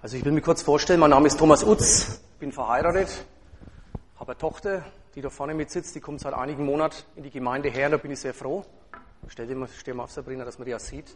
Also ich will mich kurz vorstellen, mein Name ist Thomas Utz, bin verheiratet, habe eine Tochter, die da vorne mit sitzt, die kommt seit einigen Monaten in die Gemeinde her, da bin ich sehr froh. Stell mal auf, Sabrina, dass man die auch sieht.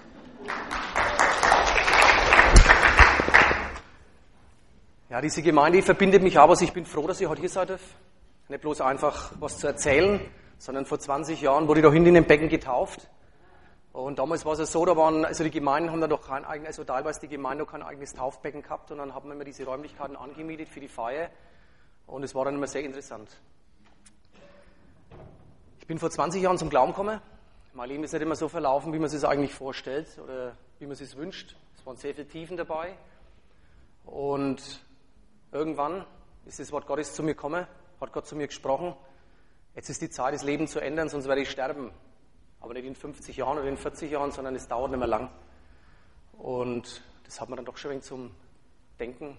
Ja, diese Gemeinde verbindet mich aber, ich bin froh, dass ich heute hier sein darf. Nicht bloß einfach was zu erzählen, sondern vor 20 Jahren wurde ich da hinten in dem Becken getauft. Und damals war es so, da waren, also die Gemeinden haben da doch kein eigenes, also teilweise die Gemeinde noch kein eigenes Taufbecken gehabt und dann haben wir immer diese Räumlichkeiten angemietet für die Feier und es war dann immer sehr interessant. Ich bin vor 20 Jahren zum Glauben gekommen. Mein Leben ist nicht immer so verlaufen, wie man sich es eigentlich vorstellt oder wie man es sich wünscht. Es waren sehr viele Tiefen dabei und irgendwann ist das Wort Gottes zu mir gekommen, hat Gott zu mir gesprochen. Jetzt ist die Zeit, das Leben zu ändern, sonst werde ich sterben. Aber nicht in 50 Jahren oder in 40 Jahren, sondern es dauert nicht mehr lang. Und das hat mir dann doch schon ein wenig zum Denken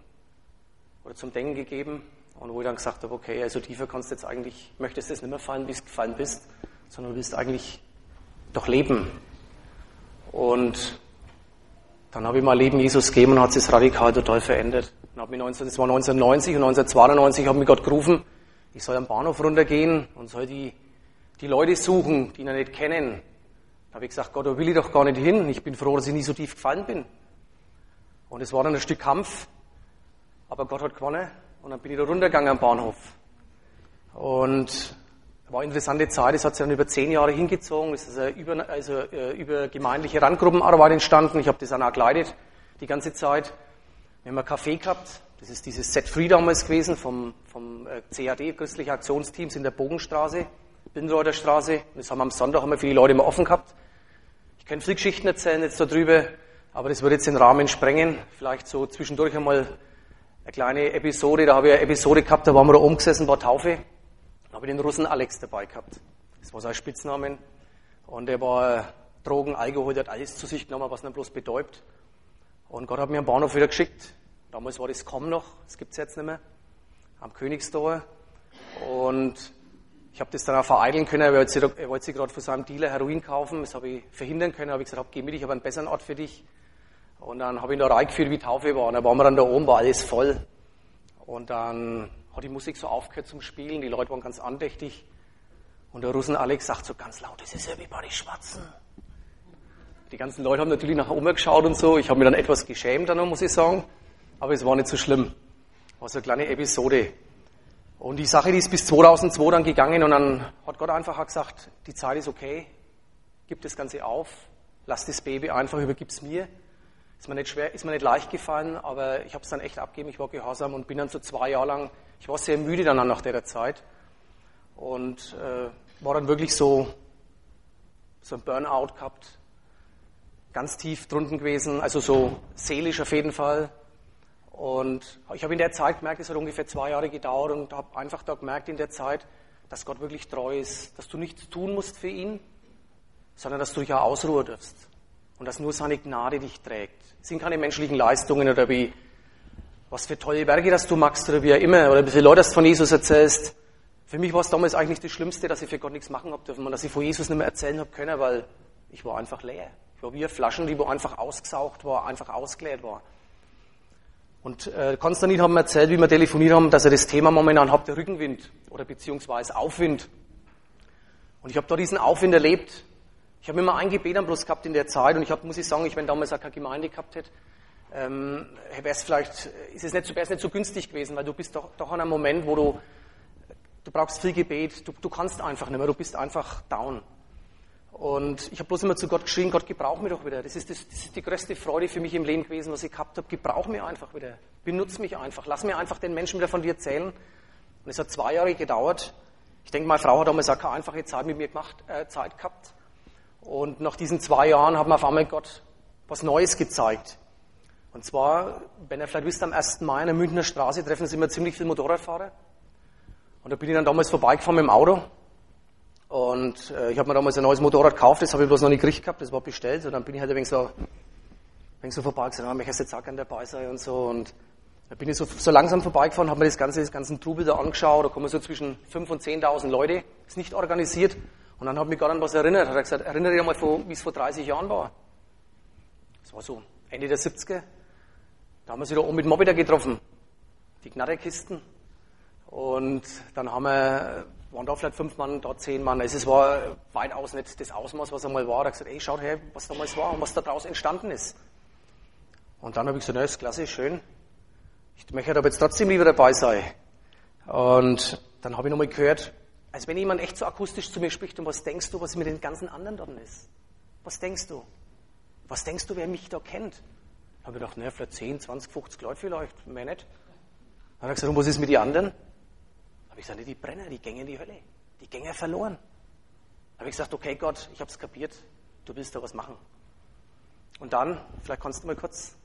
gegeben. Und wo ich dann gesagt habe, okay, also tiefer kannst du jetzt eigentlich, möchtest du jetzt nicht mehr fallen, wie du gefallen bist, sondern du willst eigentlich doch leben. Und dann habe ich mein Leben Jesus gegeben und hat es radikal total verändert. Das war 1990 und 1992 hat mich Gott gerufen, ich soll am Bahnhof runtergehen und soll die Leute suchen, die ihn nicht kennen. Da habe ich gesagt, Gott, da will ich doch gar nicht hin. Ich bin froh, dass ich nie so tief gefallen bin. Und es war dann ein Stück Kampf, aber Gott hat gewonnen und dann bin ich da runtergegangen am Bahnhof. Und es war eine interessante Zeit, es hat sich dann über 10 Jahre hingezogen, es ist über gemeindliche Randgruppenarbeit entstanden. Ich habe das dann auch geleitet, die ganze Zeit. Wir haben ein Café gehabt, das ist dieses Set Free damals gewesen, vom CAD, Christliche Aktionsteams in der Bogenstraße. Binreuter Straße. Das haben wir am Sonntag für die Leute immer offen gehabt. Ich kann viele Geschichten erzählen jetzt darüber, aber das würde jetzt den Rahmen sprengen. Vielleicht so zwischendurch einmal eine kleine Episode. Da habe ich eine Episode gehabt, da waren wir da oben gesessen, war Taufe. Da habe ich den Russen Alex dabei gehabt. Das war sein Spitzname. Und der war Drogen, Alkohol, der hat alles zu sich genommen, was nicht bloß betäubt. Und Gott hat mir am Bahnhof wieder geschickt. Damals war das Komm noch, das gibt es jetzt nicht mehr. Am Königstor. Und ich habe das dann auch vereiteln können, er wollte sich gerade von seinem Dealer Heroin kaufen, das habe ich verhindern können, habe ich gesagt, geh mit, ich habe einen besseren Ort für dich. Und dann habe ich ihn da reingeführt, wie Taufe war. Und dann waren wir dann da oben, war alles voll. Und dann hat die Musik so aufgehört zum Spielen, die Leute waren ganz andächtig. Und der Russen Alex sagt so ganz laut, das ist ja wie bei den Schwarzen. Die ganzen Leute haben natürlich nach oben geschaut und so. Ich habe mich dann etwas geschämt, dann muss ich sagen. Aber es war nicht so schlimm. War so eine kleine Episode. Und die Sache, die ist bis 2002 dann gegangen und dann hat Gott einfach gesagt, die Zeit ist okay, gib das Ganze auf, lass das Baby einfach, übergib's mir. Ist mir nicht schwer, ist mir nicht leicht gefallen, aber ich habe es dann echt abgegeben, ich war gehorsam und bin dann so 2 Jahre lang, ich war sehr müde dann nach der Zeit und war dann wirklich so ein Burnout gehabt, ganz tief drunten gewesen, also so seelisch auf jeden Fall. Und ich habe in der Zeit gemerkt, es hat ungefähr 2 Jahre gedauert und habe einfach da gemerkt in der Zeit, dass Gott wirklich treu ist, dass du nichts tun musst für ihn, sondern dass du dich auch ausruhen darfst und dass nur seine Gnade dich trägt. Es sind keine menschlichen Leistungen oder wie, was für tolle Werke, dass du machst oder wie auch immer, oder wie viele Leute das von Jesus erzählst. Für mich war es damals eigentlich das Schlimmste, dass ich für Gott nichts machen habe dürfen und dass ich von Jesus nicht mehr erzählen habe können, weil ich war einfach leer. Ich war wie eine Flaschen, die einfach ausgesaugt war, einfach ausgeleert war. Und Konstantin hat mir erzählt, wie wir telefoniert haben, dass er das Thema momentan hat, der Rückenwind oder beziehungsweise Aufwind. Und ich habe da diesen Aufwind erlebt. Ich habe immer ein Gebet am Schluss gehabt in der Zeit und muss ich sagen, wenn damals auch keine Gemeinde gehabt hätte, wäre es nicht so günstig gewesen, weil du bist doch an einem Moment, wo du brauchst viel Gebet, du kannst einfach nicht mehr, du bist einfach down. Und ich habe bloß immer zu Gott geschrien, Gott, gebrauch mich doch wieder. Das ist die größte Freude für mich im Leben gewesen, was ich gehabt habe. Gebrauch mich einfach wieder. Benutz mich einfach. Lass mir einfach den Menschen wieder von dir erzählen. Und es hat 2 Jahre gedauert. Ich denke, meine Frau hat damals auch keine einfache Zeit mit mir Zeit gehabt. Und nach diesen 2 Jahren hat mir auf einmal Gott was Neues gezeigt. Und zwar, wenn ihr vielleicht wisst, am 1. Mai in der Münchner Straße treffen sich immer ziemlich viele Motorradfahrer. Und da bin ich dann damals vorbeigefahren mit dem Auto. Und ich habe mir damals ein neues Motorrad gekauft, das habe ich bloß noch nicht gekriegt gehabt, das war bestellt. Und dann bin ich halt ein wenig so vorbei gesagt, ich möchte jetzt auch gerne dabei sein und so. Und da bin ich so langsam vorbeigefahren, habe mir das ganzen Trubel da angeschaut, da kommen so zwischen 5.000 und 10.000 Leute, ist nicht organisiert. Und dann hat mich Gott an was erinnert, hat er gesagt, erinnere dich mal, wie es vor 30 Jahren war. Das war so Ende der 70er. Da haben wir sie da oben mit Moped getroffen, die Knarrekisten. Und dann waren da vielleicht 5 Mann, da 10 Mann. Also es war weitaus nicht das Ausmaß, was einmal war. Da habe ich gesagt, ey, schaut her, was damals war und was da draus entstanden ist. Und dann habe ich gesagt, na, ist klasse, schön. Ich möchte aber jetzt trotzdem lieber dabei sein. Und dann habe ich nochmal gehört, als wenn jemand echt so akustisch zu mir spricht, und was denkst du, was mit den ganzen anderen dort ist? Was denkst du? Was denkst du, wer mich da kennt? Da habe ich gedacht, naja, vielleicht 10, 20, 50 Leute vielleicht, mehr nicht. Dann hat er gesagt, und was ist mit den anderen? Da habe ich gesagt, die brennen, die gehen in die Hölle. Die gehen verloren. Da habe ich gesagt, okay Gott, ich habe es kapiert, du willst da was machen. Und dann, vielleicht kannst du mal kurz,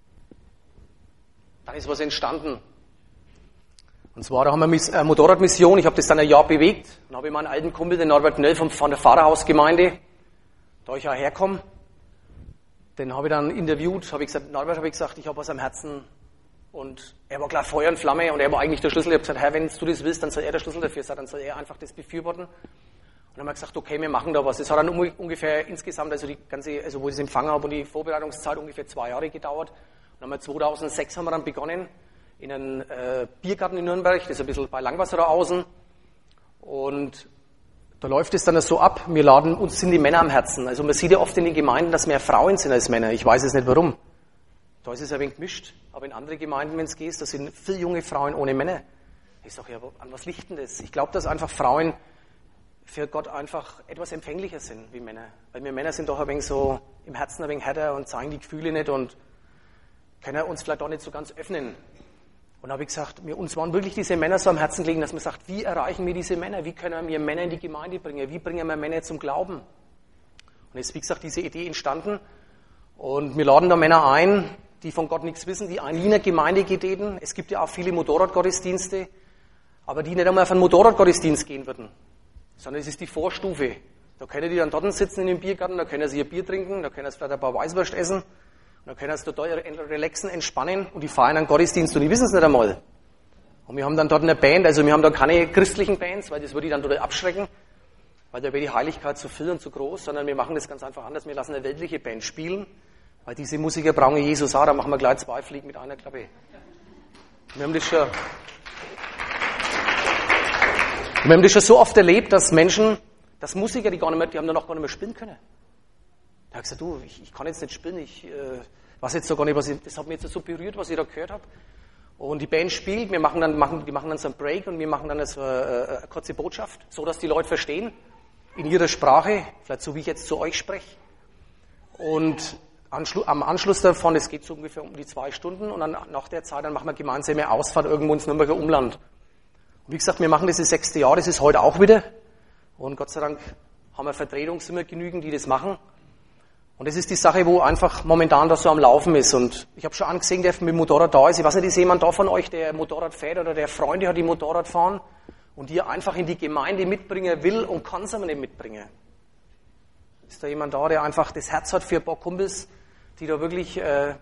dann ist was entstanden. Und zwar, da haben wir eine Motorradmission, ich habe das dann ein Jahr bewegt. Dann habe ich meinen alten Kumpel, den Norbert Nöll von der Pfarrerhausgemeinde, da ich ja herkomme, den habe ich dann interviewt, habe ich gesagt, Norbert, habe ich gesagt, ich habe was am Herzen. Und er war gleich Feuer und Flamme und er war eigentlich der Schlüssel. Ich habe gesagt, Herr, wenn du das willst, dann soll er der Schlüssel dafür sein, dann soll er einfach das befürworten. Und dann haben wir gesagt, okay, wir machen da was. Das hat dann ungefähr insgesamt, also wo ich das empfangen habe und die Vorbereitungszeit ungefähr 2 Jahre gedauert. Und dann haben wir 2006 haben wir dann begonnen in einem Biergarten in Nürnberg, das ist ein bisschen bei Langwasser da außen. Und da läuft es dann so ab, uns sind die Männer am Herzen. Also man sieht ja oft in den Gemeinden, dass mehr Frauen sind als Männer. Ich weiß es nicht warum. Da ist es ein wenig gemischt. Aber in andere Gemeinden, wenn es geht, da sind viele junge Frauen ohne Männer. Ich sage, ja, an was liegt denn das? Ich glaube, dass einfach Frauen für Gott einfach etwas empfänglicher sind wie Männer. Weil wir Männer sind doch ein wenig so im Herzen ein wenig härter und zeigen die Gefühle nicht und können uns vielleicht auch nicht so ganz öffnen. Und da habe ich gesagt, uns waren wirklich diese Männer so am Herzen gelegen, dass man sagt, wie erreichen wir diese Männer? Wie können wir Männer in die Gemeinde bringen? Wie bringen wir Männer zum Glauben? Und jetzt ist, wie gesagt, diese Idee entstanden. Und wir laden da Männer ein, die von Gott nichts wissen, die in einer Gemeinde getäten. Es gibt ja auch viele Motorradgottesdienste, aber die nicht einmal auf einen Motorradgottesdienst gehen würden, sondern es ist die Vorstufe. Da können die dann dort sitzen in dem Biergarten, da können sie ihr Bier trinken, da können sie vielleicht ein paar Weißwurst essen. Und dann können sie total relaxen, entspannen und die feiern einen Gottesdienst und die wissen es nicht einmal. Und wir haben dann dort eine Band, also wir haben da keine christlichen Bands, weil das würde die dann total abschrecken, weil da wäre die Heiligkeit zu viel und zu groß, sondern wir machen das ganz einfach anders. Wir lassen eine weltliche Band spielen, weil diese Musiker brauchen Jesus auch, da machen wir gleich 2 Fliegen mit einer Klappe. Wir haben das schon so oft erlebt, dass Musiker, die haben dann noch gar nicht mehr spielen können. Da habe ich gesagt, du, ich kann jetzt nicht spielen, ich weiß jetzt so gar nicht, das hat mich jetzt so berührt, was ich da gehört habe. Und die Band spielt, die machen dann so einen Break und wir machen dann so eine kurze Botschaft, so dass die Leute verstehen, in ihrer Sprache, vielleicht so wie ich jetzt zu euch spreche. Und am Anschluss davon, es geht so ungefähr um die 2 Stunden und dann nach der Zeit, dann machen wir gemeinsame Ausfahrt irgendwo ins Nürnberger Umland. Und wie gesagt, wir machen das 6. Jahr, das ist heute auch wieder. Und Gott sei Dank haben wir Vertretungszimmer genügend, die das machen. Und das ist die Sache, wo einfach momentan das so am Laufen ist. Und ich habe schon angesehen, der mit dem Motorrad da ist. Ich weiß nicht, ist jemand da von euch, der Motorrad fährt oder der Freunde hat, die Motorrad fahren und die er einfach in die Gemeinde mitbringen will und kann es aber nicht mitbringen? Ist da jemand da, der einfach das Herz hat für ein paar Kumpels, die da wirklich...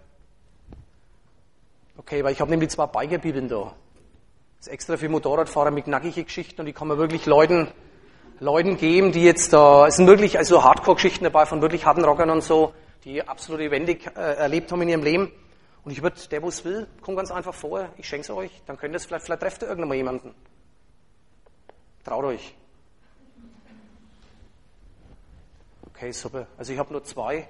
Okay, weil ich habe nämlich 2 Bikerbibeln da. Das ist extra für Motorradfahrer mit knackigen Geschichten und die kann man wirklich Leuten geben, die jetzt da, es sind wirklich also Hardcore-Geschichten dabei von wirklich harten Rockern und so, die absolute Wende erlebt haben in ihrem Leben. Und ich würde, der wo es will, kommt ganz einfach vor, ich schenke es euch, dann könnt ihr es vielleicht trefft ihr irgendwann mal jemanden. Traut euch. Okay, super. Also ich habe nur 2.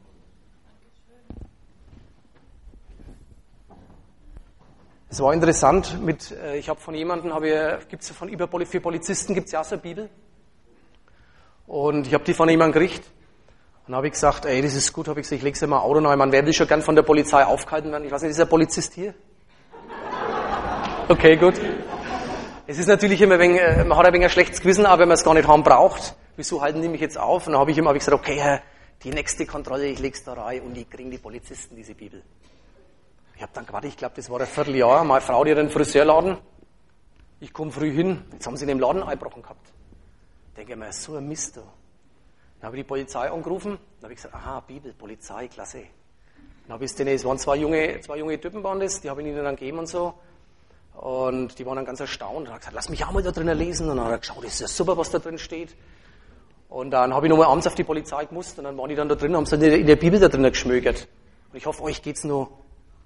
Es war interessant, ich habe von jemandem, für Polizisten gibt es ja auch so eine Bibel. Und ich habe die von jemandem gekriegt. Und dann habe ich gesagt, ey, das ist gut, habe ich gesagt, ich lege sie mal Auto neu. Man will schon gern von der Polizei aufgehalten werden. Ich weiß nicht, ist der Polizist hier? Okay, gut. Es ist natürlich immer man hat ein wenig ein schlechtes Gewissen, aber wenn man es gar nicht haben braucht, wieso halten die mich jetzt auf? Und dann habe ich gesagt, okay, Herr, die nächste Kontrolle, ich lege es da rein und die kriegen die Polizisten diese Bibel. Ich habe dann gewartet, ich glaube, das war ein Vierteljahr, meine Frau, die hat einen Friseurladen. Ich komme früh hin, jetzt haben sie in dem Laden eingebrochen gehabt. Denke ich mir, so ein Mist da. Dann habe ich die Polizei angerufen, dann habe ich gesagt, aha, Bibel, Polizei, klasse. Dann habe ich es waren zwei junge Typen waren das, die habe ich ihnen dann gegeben und so. Und die waren dann ganz erstaunt. Und habe gesagt, lass mich auch mal da drinnen lesen. Und dann hat er geschaut, das ist ja super, was da drin steht. Und dann habe ich nochmal abends auf die Polizei gemusst und dann waren die dann da drin, haben sie in der Bibel da drinnen geschmökert. Und ich hoffe, euch geht's nur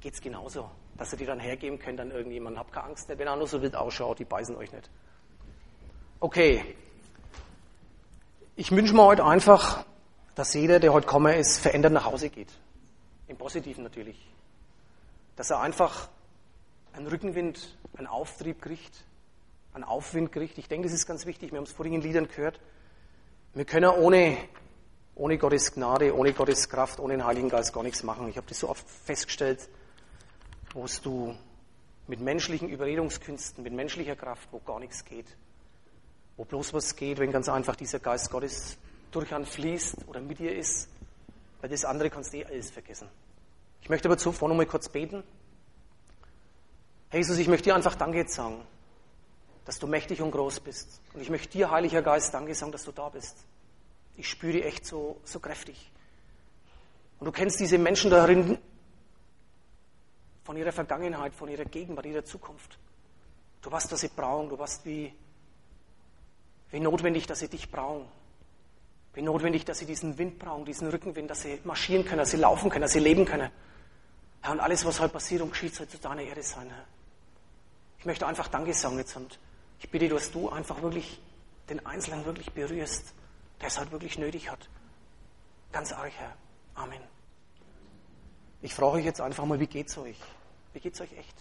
geht es genauso, dass ihr die dann hergeben könnt an irgendjemanden. Habt keine Angst, wenn er nur so wild ausschaut, die beißen euch nicht. Okay, ich wünsche mir heute einfach, dass jeder, der heute gekommen ist, verändert nach Hause geht. Im Positiven natürlich. Dass er einfach einen Rückenwind, einen Auftrieb kriegt, einen Aufwind kriegt. Ich denke, das ist ganz wichtig. Wir haben es vorhin in Liedern gehört. Wir können ohne Gottes Gnade, ohne Gottes Kraft, ohne den Heiligen Geist gar nichts machen. Ich habe das so oft festgestellt, wo du mit menschlichen Überredungskünsten, mit menschlicher Kraft, wo gar nichts geht. Wo bloß was geht, wenn ganz einfach dieser Geist Gottes durch einen fließt oder mit dir ist, weil das andere kannst du alles vergessen. Ich möchte aber zuvor noch mal kurz beten. Herr Jesus, ich möchte dir einfach Danke jetzt sagen, dass du mächtig und groß bist. Und ich möchte dir, Heiliger Geist, Danke sagen, dass du da bist. Ich spüre dich echt so kräftig. Und du kennst diese Menschen darin von ihrer Vergangenheit, von ihrer Gegenwart, ihrer Zukunft. Du weißt, was sie brauchen. Du weißt, wie notwendig, dass sie dich brauchen. Wie notwendig, dass sie diesen Wind brauchen, diesen Rückenwind, dass sie marschieren können, dass sie laufen können, dass sie leben können. Herr, und alles, was heute passiert und geschieht, soll zu deiner Ehre sein, Herr. Ich möchte einfach Danke sagen jetzt und ich bitte, dass du einfach wirklich den Einzelnen wirklich berührst, der es halt wirklich nötig hat. Ganz arg, Herr. Amen. Ich frage euch jetzt einfach mal, wie geht's euch? Wie geht's euch echt?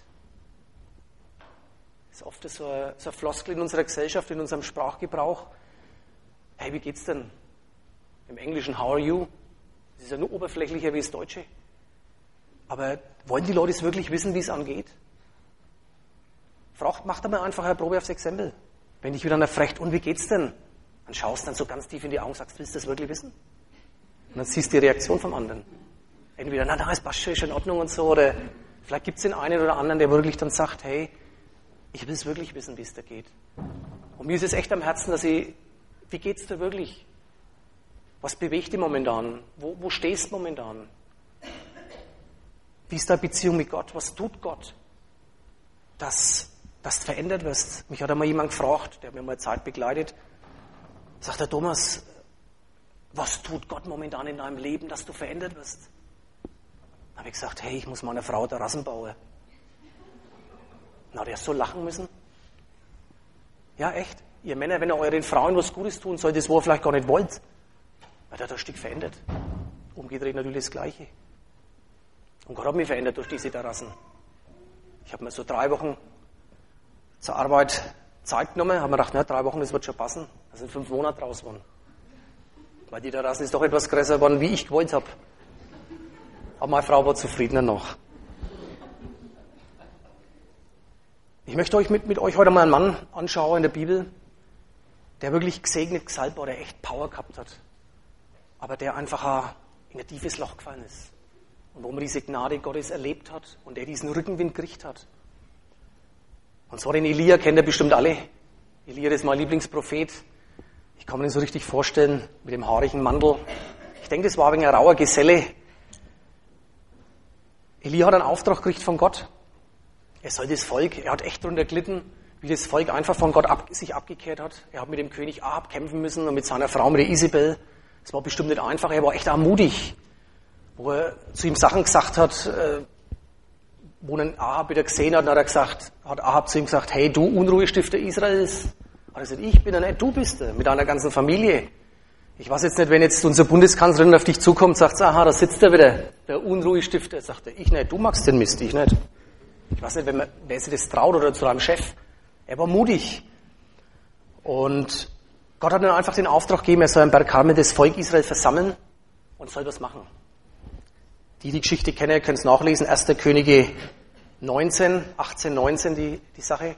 Das ist oft so eine Floskel in unserer Gesellschaft, in unserem Sprachgebrauch. Hey, wie geht's denn? Im Englischen, how are you? Das ist ja nur oberflächlicher wie das Deutsche. Aber wollen die Leute es wirklich wissen, wie es angeht? Macht einmal einfach eine Probe aufs Exempel. Wenn dich wieder einer fragt, und wie geht's denn? Dann schaust du dann so ganz tief in die Augen und sagst, willst du das wirklich wissen? Und dann siehst du die Reaktion vom anderen. Entweder, na, es passt schon, ist in Ordnung und so, oder vielleicht gibt es den einen oder anderen, der wirklich dann sagt, hey, ich will es wirklich wissen, wie es da geht. Und mir ist es echt am Herzen, wie geht's dir wirklich? Was bewegt dich momentan? Wo stehst du momentan? Wie ist deine Beziehung mit Gott? Was tut Gott, dass du verändert wirst? Mich hat einmal jemand gefragt, der hat mir mal Zeit begleitet. Sagt der Thomas, was tut Gott momentan in deinem Leben, dass du verändert wirst? Dann habe ich gesagt, hey, ich muss meiner Frau Terrassen bauen. Na, der so lachen müssen. Ja, echt. Ihr Männer, wenn ihr euren Frauen was Gutes tun sollt, das wo ihr vielleicht gar nicht wollt, weil der hat ein Stück verändert. Umgedreht natürlich das Gleiche. Und Gott hat mich verändert durch diese Terrassen. Ich habe mir so 3 Wochen zur Arbeit Zeit genommen, habe mir gedacht, na, 3 Wochen, das wird schon passen. Da sind 5 Monate draus geworden. Weil die Terrassen ist doch etwas größer geworden, wie ich gewollt habe. Aber meine Frau war zufriedener noch. Ich möchte euch mit euch heute mal einen Mann anschauen in der Bibel, der wirklich gesegnet, gesalbt war, der echt Power gehabt hat. Aber der einfach in ein tiefes Loch gefallen ist. Und wo man diese Gnade Gottes erlebt hat und der diesen Rückenwind gekriegt hat. Und zwar den Elia kennt ihr bestimmt alle. Elia, das ist mein Lieblingsprophet. Ich kann mir den so richtig vorstellen, mit dem haarigen Mantel. Ich denke, das war wegen ein rauer Geselle. Elia hat einen Auftrag gekriegt von Gott. Er soll das Volk, er hat echt drunter gelitten, wie das Volk einfach von Gott sich abgekehrt hat. Er hat mit dem König Ahab kämpfen müssen und mit seiner Frau, mit der Isabel. Das war bestimmt nicht einfach, er war echt auch mutig. Wo er zu ihm Sachen gesagt hat, wo dann Ahab wieder gesehen hat, hat Ahab zu ihm gesagt, hey, du Unruhestifter Israels. Hat er gesagt, ich bin er nicht, du bist er, mit deiner ganzen Familie. Ich weiß jetzt nicht, wenn jetzt unsere Bundeskanzlerin auf dich zukommt, sagt sie, aha, da sitzt er wieder, der Unruhestifter. Sagt er, ich nicht, du magst den Mist, ich nicht. Ich weiß nicht, wer sich das traut oder zu einem Chef. Er war mutig. Und Gott hat ihm einfach den Auftrag gegeben, er soll am Berg Karmel das Volk Israel versammeln und soll was machen. Die Geschichte kennen, ihr könnt es nachlesen, 1. Könige 18, 19 die Sache.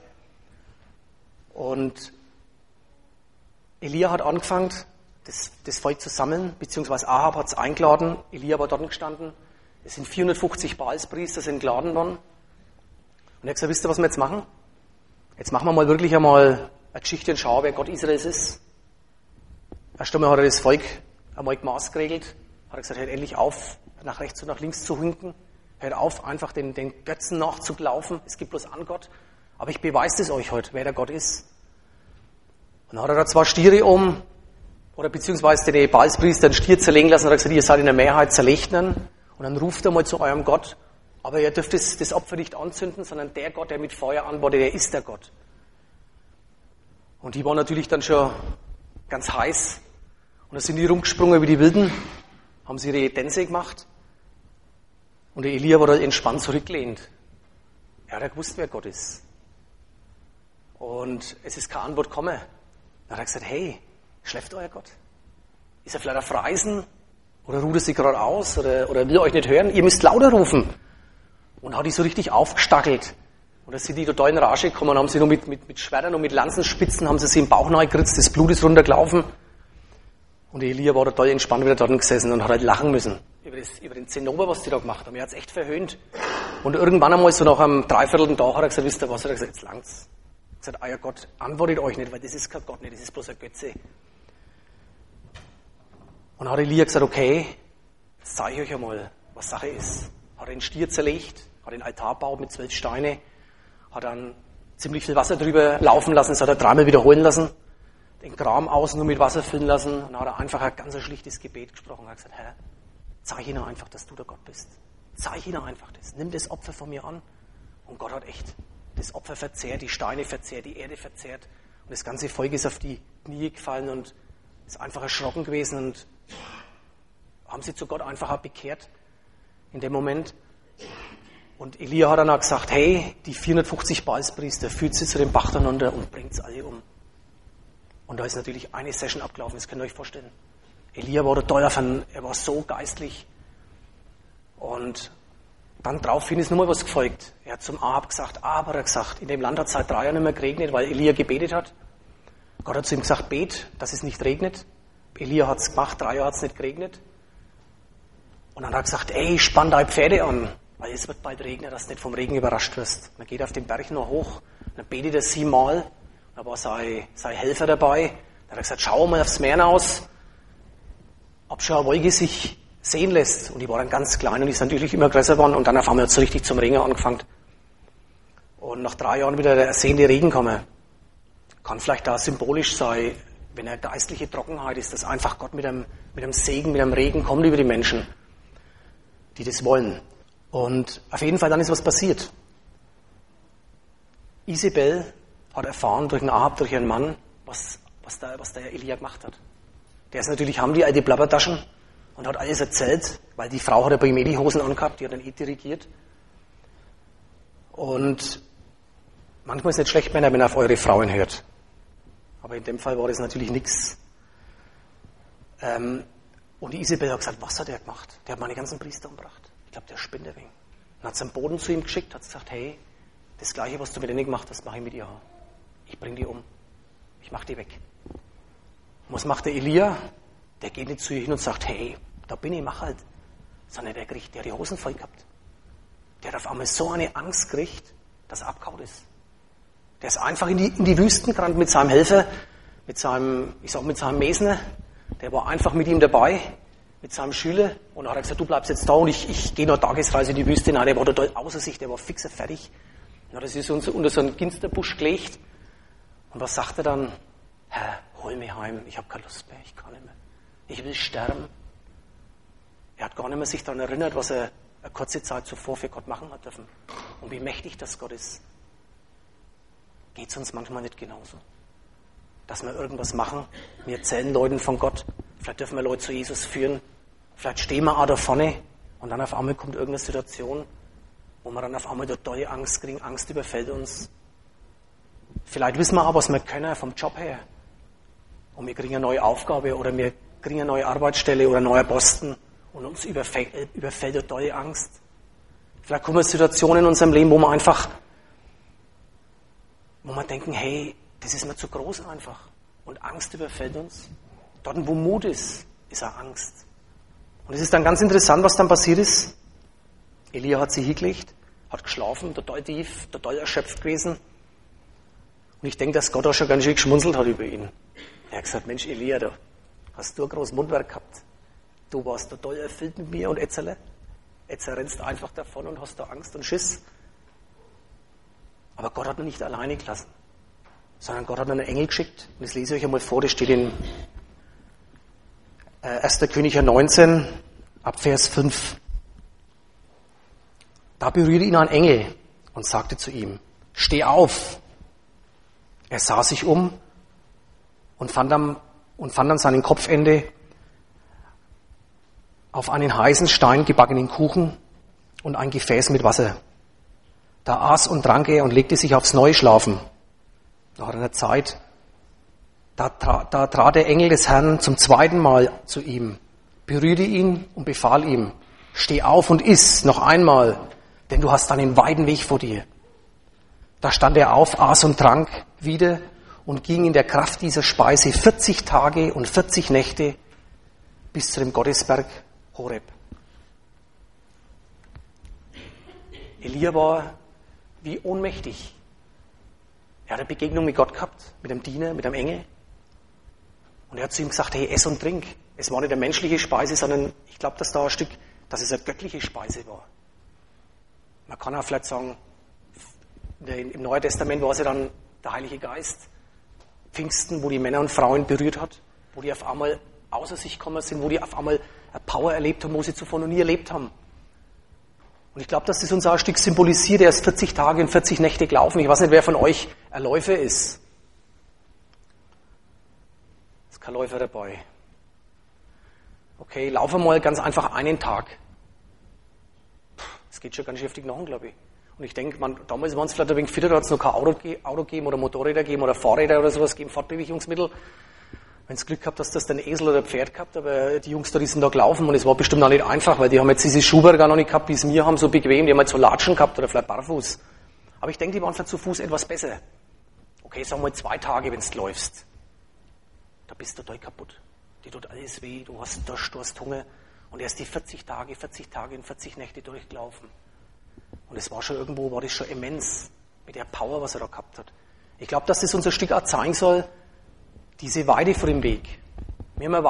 Und Elia hat angefangen, das Volk zu sammeln, beziehungsweise Ahab hat es eingeladen, Elia war dort gestanden. Es sind 450 Baalspriester sind geladen worden. Und er hat gesagt, wisst ihr, was wir jetzt machen? Jetzt machen wir mal wirklich einmal eine Geschichte und schauen, wer Gott Israels ist. Erst einmal hat er das Volk einmal maßgeregelt, hat er gesagt, hört endlich auf, nach rechts und nach links zu hinken. Hört auf, einfach den Götzen nachzulaufen. Es gibt bloß einen Gott. Aber ich beweise es euch heute, wer der Gott ist. Und dann hat er da 2 Stiere oder beziehungsweise den Baalspriester einen Stier zerlegen lassen und hat gesagt, ihr seid in der Mehrheit, zerlegt ihn. Und dann ruft er mal zu eurem Gott aber ihr dürft das Opfer nicht anzünden, sondern der Gott, der mit Feuer antwortet, der ist der Gott. Und die waren natürlich dann schon ganz heiß. Und da sind die rumgesprungen wie die Wilden, haben sie ihre Tänze gemacht. Und der Elia war da entspannt zurückgelehnt. Er hat gewusst, wer Gott ist. Und es ist keine Antwort gekommen. Dann hat er gesagt, hey, schläft euer Gott? Ist er vielleicht auf Reisen? Oder ruht er sich gerade aus? Oder will er euch nicht hören? Ihr müsst lauter rufen. Und hat die so richtig aufgestackelt. Und da sind die total in Rage gekommen und haben sie nur mit Schwertern und mit Lanzenspitzen haben sie im Bauch nachgeritzt, das Blut ist runtergelaufen. Und der Elia war total entspannt wieder dort gesessen und hat halt lachen müssen. Über den Zinnober, was die da gemacht haben. Er hat es echt verhöhnt. Und irgendwann einmal, so nach einem dreiviertelten Tag, hat er gesagt, wisst ihr was? Hat er gesagt, jetzt langt's. Er hat gesagt, euer Gott antwortet euch nicht, weil das ist kein Gott nicht, das ist bloß ein Götze. Und dann hat Elia gesagt, okay, jetzt zeige ich euch einmal, was Sache ist. Hat den Stier zerlegt, hat den Altar gebaut mit 12 Steine, hat dann ziemlich viel Wasser drüber laufen lassen, das hat er 3-mal wiederholen lassen, den Kram außen nur mit Wasser füllen lassen und dann hat er einfach ein ganz schlichtes Gebet gesprochen. Er hat gesagt, Herr, zeig ihnen einfach, dass du der Gott bist. Zeig ihnen einfach das. Nimm das Opfer von mir an. Und Gott hat echt das Opfer verzehrt, die Steine verzehrt, die Erde verzehrt. Und das ganze Volk ist auf die Knie gefallen und ist einfach erschrocken gewesen und haben sie zu Gott einfach auch bekehrt in dem Moment. Und Elia hat dann auch gesagt, hey, die 450 Baalspriester, führt sie zu dem Bach runter und bringt alle um. Und da ist natürlich eine Session abgelaufen, das könnt ihr euch vorstellen. Elia war total er war so geistlich. Und dann daraufhin ist nochmal was gefolgt. Er hat zum Ahab gesagt, in dem Land hat es seit 3 Jahren nicht mehr geregnet, weil Elia gebetet hat. Gott hat zu ihm gesagt, bet, dass es nicht regnet. Elia hat es gemacht, 3 Jahre hat es nicht geregnet. Und dann hat er gesagt, ey, spann deine Pferde an, weil es wird bald regnen, dass du nicht vom Regen überrascht wirst. Und dann geht er auf den Berg noch hoch, dann betet er 7-mal. Da war sein Helfer dabei. Dann hat er gesagt, schau mal aufs Meer hinaus, ob schon eine Wolke sich sehen lässt. Und die war dann ganz klein und die ist natürlich immer größer geworden. Und dann auf einmal hat es so richtig zum Regen angefangen. Und nach 3 Jahren wieder der ersehende Regen kommen. Kann vielleicht da symbolisch sein, wenn eine geistliche Trockenheit ist, dass einfach Gott mit einem Segen, mit einem Regen kommt über die Menschen, die das wollen. Und auf jeden Fall dann ist was passiert. Isabel hat erfahren durch einen Ahab, durch ihren Mann, was der Elia gemacht hat. Der ist natürlich, haben die alte Plappertaschen und hat alles erzählt, weil die Frau hat ja bei ihm die Hosen angehabt, die hat dann dirigiert. Und manchmal ist es nicht schlecht, wenn ihr auf eure Frauen hört. Aber in dem Fall war das natürlich nichts. Und die Isabel hat gesagt, was hat er gemacht? Der hat meine ganzen Priester umgebracht. Ich glaube, der spinnt ein wenig. Dann hat sie einen Boden zu ihm geschickt, hat gesagt, hey, das Gleiche, was du mit denen gemacht hast, mache ich mit ihr. Ich bringe die um. Ich mache die weg. Und was macht der Elia? Der geht nicht zu ihr hin und sagt, hey, da bin ich, mach halt. Sondern der hat die Hosen voll gehabt. Der hat auf einmal so eine Angst gekriegt, dass er abgehauen ist. Der ist einfach in die Wüsten gerannt mit seinem Helfer, mit seinem Mesner. Der war einfach mit ihm dabei, mit seinem Schüler. Und dann hat er gesagt, du bleibst jetzt da und ich gehe noch Tagesreise in die Wüste. Nein, der war total außer sich, der war fix und fertig. Dann hat er sich unter so einen Ginsterbusch gelegt. Und was sagt er dann? Herr, hol mich heim, ich habe keine Lust mehr, ich kann nicht mehr. Ich will sterben. Er hat gar nicht mehr sich daran erinnert, was er eine kurze Zeit zuvor für Gott machen hat dürfen. Und wie mächtig das Gott ist. Geht es uns manchmal nicht genauso? Dass wir irgendwas machen, wir erzählen Leuten von Gott, vielleicht dürfen wir Leute zu Jesus führen, vielleicht stehen wir auch da vorne und dann auf einmal kommt irgendeine Situation, wo wir dann auf einmal total Angst kriegen, Angst überfällt uns. Vielleicht wissen wir auch, was wir können vom Job her. Und wir kriegen eine neue Aufgabe oder wir kriegen eine neue Arbeitsstelle oder einen neuen Posten und uns überfällt total Angst. Vielleicht kommen Situationen in unserem Leben, wo wir denken, hey, das ist mir zu groß einfach. Und Angst überfällt uns. Dort, wo Mut ist, ist auch Angst. Und es ist dann ganz interessant, was dann passiert ist. Elia hat sich hingelegt, hat geschlafen, total tief, total erschöpft gewesen. Und ich denke, dass Gott auch schon ganz schön geschmunzelt hat über ihn. Er hat gesagt, Mensch, Elia, da hast du ein großes Mundwerk gehabt. Du warst total erfüllt mit mir und jetzt rennst du einfach davon und hast da Angst und Schiss. Aber Gott hat ihn nicht alleine gelassen, sondern Gott hat einen Engel geschickt. Und das lese ich euch einmal vor, das steht in 1. Könige 19, ab Vers 5. Da berührte ihn ein Engel und sagte zu ihm, steh auf. Er sah sich um und fand an seinem Kopfende auf einen heißen Stein gebackenen Kuchen und ein Gefäß mit Wasser. Da aß und trank er und legte sich aufs Neue schlafen. Nach einer Zeit, da trat der Engel des Herrn zum zweiten Mal zu ihm, berührte ihn und befahl ihm, steh auf und iss noch einmal, denn du hast einen weiten Weg vor dir. Da stand er auf, aß und trank wieder und ging in der Kraft dieser Speise 40 Tage und 40 Nächte bis zu dem Gottesberg Horeb. Elia war wie ohnmächtig. Er hat eine Begegnung mit Gott gehabt, mit einem Diener, mit einem Engel. Und er hat zu ihm gesagt, hey, ess und trink. Es war nicht eine menschliche Speise, sondern ich glaube, dass es eine göttliche Speise war. Man kann auch vielleicht sagen, im Neuen Testament war es ja dann der Heilige Geist. Pfingsten, wo die Männer und Frauen berührt hat, wo die auf einmal außer sich gekommen sind, wo die auf einmal eine Power erlebt haben, wo sie zuvor noch nie erlebt haben. Und ich glaube, dass das uns auch ein Stück symbolisiert. Er ist 40 Tage und 40 Nächte gelaufen. Ich weiß nicht, wer von euch ein Läufer ist. Ist kein Läufer dabei. Okay, laufe mal ganz einfach einen Tag. Das geht schon ganz heftig nach, glaube ich. Und ich denke, damals waren es vielleicht ein wenig fitter, da hat es noch kein Auto gegeben oder Motorräder gegeben oder Fahrräder oder sowas gegeben, Fortbewegungsmittel. Wenn es Glück gehabt, dass das dann Esel oder Pferd gehabt, aber die Jungs da, die sind da gelaufen und es war bestimmt auch nicht einfach, weil die haben jetzt diese Schuhe gar noch nicht gehabt, wie es wir haben, so bequem, die haben jetzt so Latschen gehabt oder vielleicht barfuß. Aber ich denke, die waren vielleicht zu Fuß etwas besser. Okay, sagen wir 2 Tage, wenn du läufst. Da bist du total kaputt. Dir tut alles weh, du hast Durst, du hast Hunger. Und er ist die 40 Tage und 40 Nächte durchgelaufen. Und es war schon irgendwo, war das schon immens, mit der Power, was er da gehabt hat. Ich glaube, dass das uns ein Stück auch zeigen soll, diese Weide vor dem Weg. Wir haben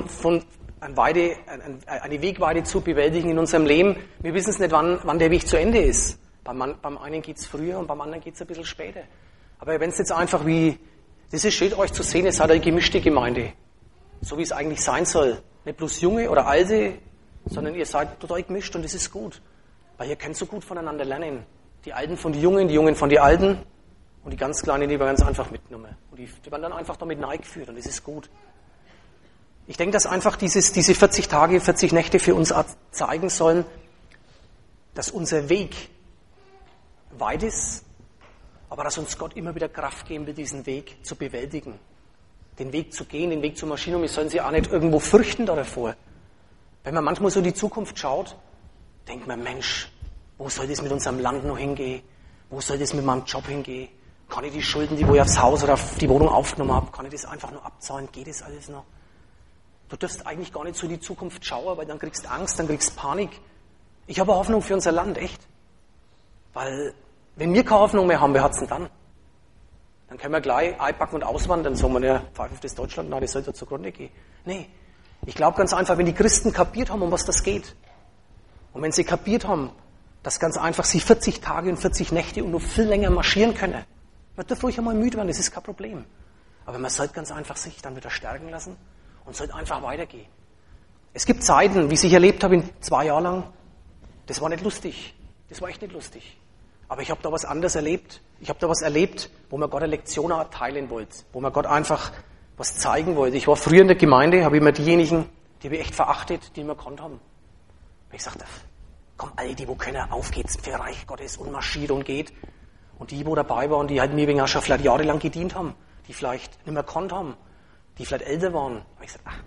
eine Wegweide zu bewältigen in unserem Leben. Wir wissen es nicht, wann der Weg zu Ende ist. Beim einen geht es früher und beim anderen geht es ein bisschen später. Aber wenn es jetzt einfach das ist schön, euch zu sehen, es hat eine gemischte Gemeinde. So wie es eigentlich sein soll. Nicht bloß Junge oder Alte, sondern ihr seid total gemischt und das ist gut. Weil ihr könnt so gut voneinander lernen. Die Alten von den Jungen von den Alten und die ganz Kleinen, die werden ganz einfach mitgenommen. Und die werden dann einfach damit neigeführt und das ist gut. Ich denke, dass einfach diese 40 Tage, 40 Nächte für uns zeigen sollen, dass unser Weg weit ist, aber dass uns Gott immer wieder Kraft geben will, diesen Weg zu bewältigen. Den Weg zu gehen, den Weg zu marschieren und wir sollen sie auch nicht irgendwo fürchten davor. Wenn man manchmal so in die Zukunft schaut, denkt man, Mensch, wo soll das mit unserem Land noch hingehen? Wo soll das mit meinem Job hingehen? Kann ich die Schulden, die ich aufs Haus oder auf die Wohnung aufgenommen habe, kann ich das einfach nur abzahlen? Geht das alles noch? Du darfst eigentlich gar nicht so in die Zukunft schauen, weil dann kriegst du Angst, dann kriegst du Panik. Ich habe Hoffnung für unser Land, echt. Weil, wenn wir keine Hoffnung mehr haben, wer hat's denn dann? Dann können wir gleich einpacken und auswandern, sagen wir, ja, pfeife auf das Deutschland, nein, das sollte zugrunde gehen. Nee, ich glaube ganz einfach, wenn die Christen kapiert haben, um was das geht, und wenn sie kapiert haben, dass ganz einfach sie 40 Tage und 40 Nächte und noch viel länger marschieren können, man darf ruhig einmal müde werden, das ist kein Problem. Aber man sollte ganz einfach sich dann wieder stärken lassen und sollte einfach weitergehen. Es gibt Zeiten, wie ich erlebt habe, in 2 Jahren lang, das war nicht lustig. Das war echt nicht lustig. Aber ich habe da was anderes erlebt. Ich habe da was erlebt, wo man Gott eine Lektion erteilen wollte, wo man Gott einfach was zeigen wollte. Ich war früher in der Gemeinde, habe immer diejenigen, die habe ich echt verachtet, die immer gekonnt haben. Und ich sagte, komm, alle, die wo können, auf geht's für Reich Gottes und marschiert und geht. Und die, wo dabei waren, die halt mir wegen schon vielleicht jahrelang gedient haben, die vielleicht nicht mehr gekonnt haben, die vielleicht älter waren. Und ich sagte,